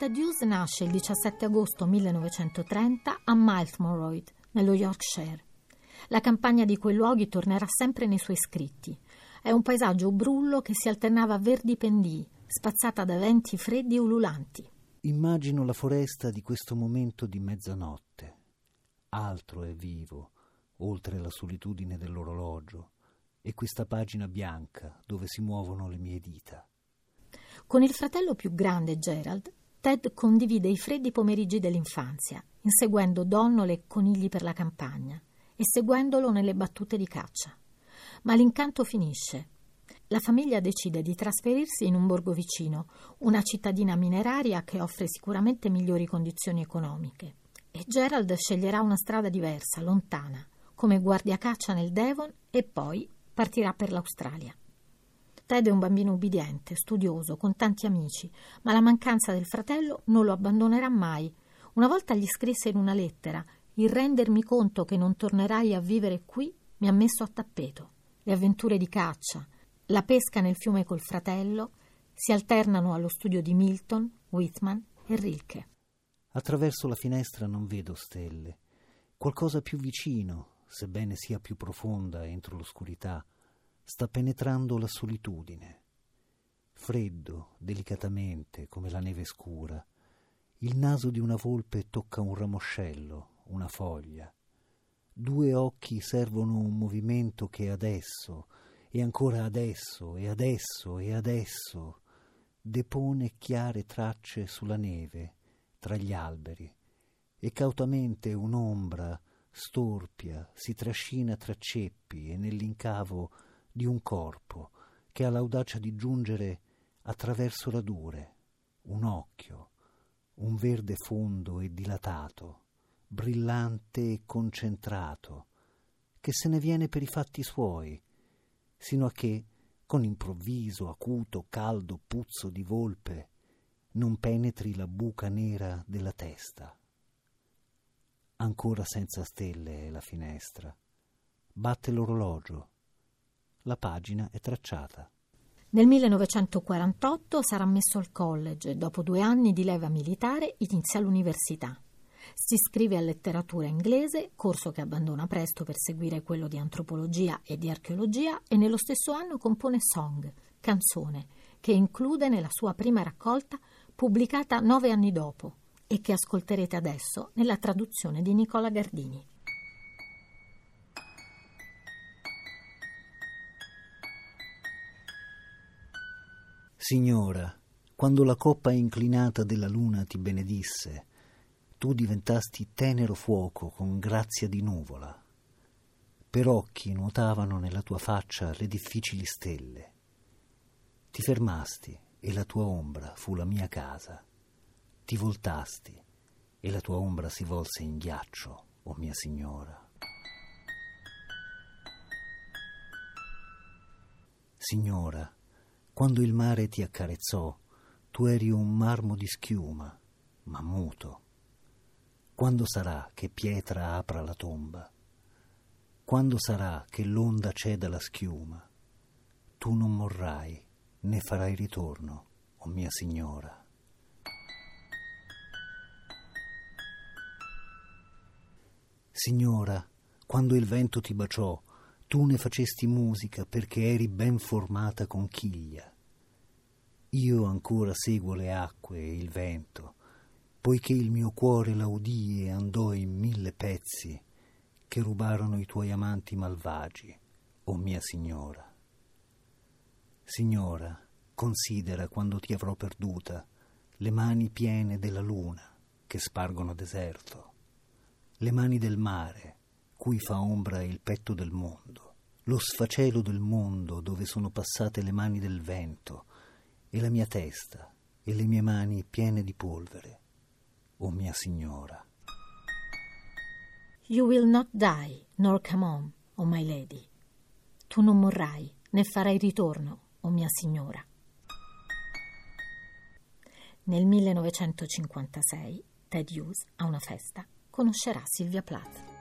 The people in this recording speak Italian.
Ted Hughes nasce il 17 agosto 1930 a Milthmoroyd, nello Yorkshire. La campagna di quei luoghi tornerà sempre nei suoi scritti. È un paesaggio brullo che si alternava a verdi pendii, spazzata da venti freddi e ululanti. Immagino la foresta di questo momento di mezzanotte. Altro è vivo, oltre la solitudine dell'orologio, e questa pagina bianca dove si muovono le mie dita. Con il fratello più grande, Gerald, Ted condivide i freddi pomeriggi dell'infanzia, inseguendo donnole e conigli per la campagna e seguendolo nelle battute di caccia. Ma l'incanto finisce. La famiglia decide di trasferirsi in un borgo vicino, una cittadina mineraria che offre sicuramente migliori condizioni economiche. E Gerald sceglierà una strada diversa, lontana, come guardiacaccia nel Devon, e poi partirà per l'Australia. Ted è un bambino ubbidiente, studioso, con tanti amici, ma la mancanza del fratello non lo abbandonerà mai. Una volta gli scrisse in una lettera: «Il rendermi conto che non tornerai a vivere qui mi ha messo a tappeto. Le avventure di caccia, la pesca nel fiume col fratello si alternano allo studio di Milton, Whitman e Rilke». Attraverso la finestra non vedo stelle. Qualcosa più vicino, sebbene sia più profonda entro l'oscurità, sta penetrando la solitudine. Freddo, delicatamente, come la neve scura, il naso di una volpe tocca un ramoscello, una foglia. Due occhi servono un movimento che adesso, e ancora adesso, e adesso, e adesso, depone chiare tracce sulla neve, tra gli alberi, e cautamente un'ombra storpia si trascina tra ceppi e nell'incavo di un corpo che ha l'audacia di giungere attraverso radure, un occhio, un verde fondo e dilatato, brillante e concentrato, che se ne viene per i fatti suoi, sino a che, con improvviso, acuto, caldo puzzo di volpe, non penetri la buca nera della testa. Ancora senza stelle è la finestra. Batte l'orologio. La pagina è tracciata. Nel 1948 sarà ammesso al college e dopo 2 anni di leva militare inizia l'università. Si iscrive a letteratura inglese, corso che abbandona presto per seguire quello di antropologia e di archeologia, e nello stesso anno compone Song, canzone, che include nella sua prima raccolta pubblicata 9 anni dopo e che ascolterete adesso nella traduzione di Nicola Gardini. Signora, quando la coppa inclinata della luna ti benedisse, tu diventasti tenero fuoco con grazia di nuvola. Per occhi nuotavano nella tua faccia le difficili stelle. Ti fermasti e la tua ombra fu la mia casa. Ti voltasti e la tua ombra si volse in ghiaccio, o mia signora. Signora, quando il mare ti accarezzò, tu eri un marmo di schiuma, ma muto. Quando sarà che pietra apra la tomba? Quando sarà che l'onda ceda la schiuma? Tu non morrai, né farai ritorno, o mia signora. Signora, quando il vento ti baciò, tu ne facesti musica perché eri ben formata conchiglia. Io ancora seguo le acque e il vento, poiché il mio cuore la udì e andò in 1000 pezzi che rubarono i tuoi amanti malvagi, o mia signora. Signora, considera quando ti avrò perduta le mani piene della luna che spargono deserto, le mani del mare cui fa ombra il petto del mondo, lo sfacelo del mondo dove sono passate le mani del vento, e la mia testa e le mie mani piene di polvere, o mia signora. You will not die, nor come home, o my lady. Tu non morrai, né farai ritorno, o mia signora. Nel 1956 Ted Hughes, a una festa, conoscerà Sylvia Plath.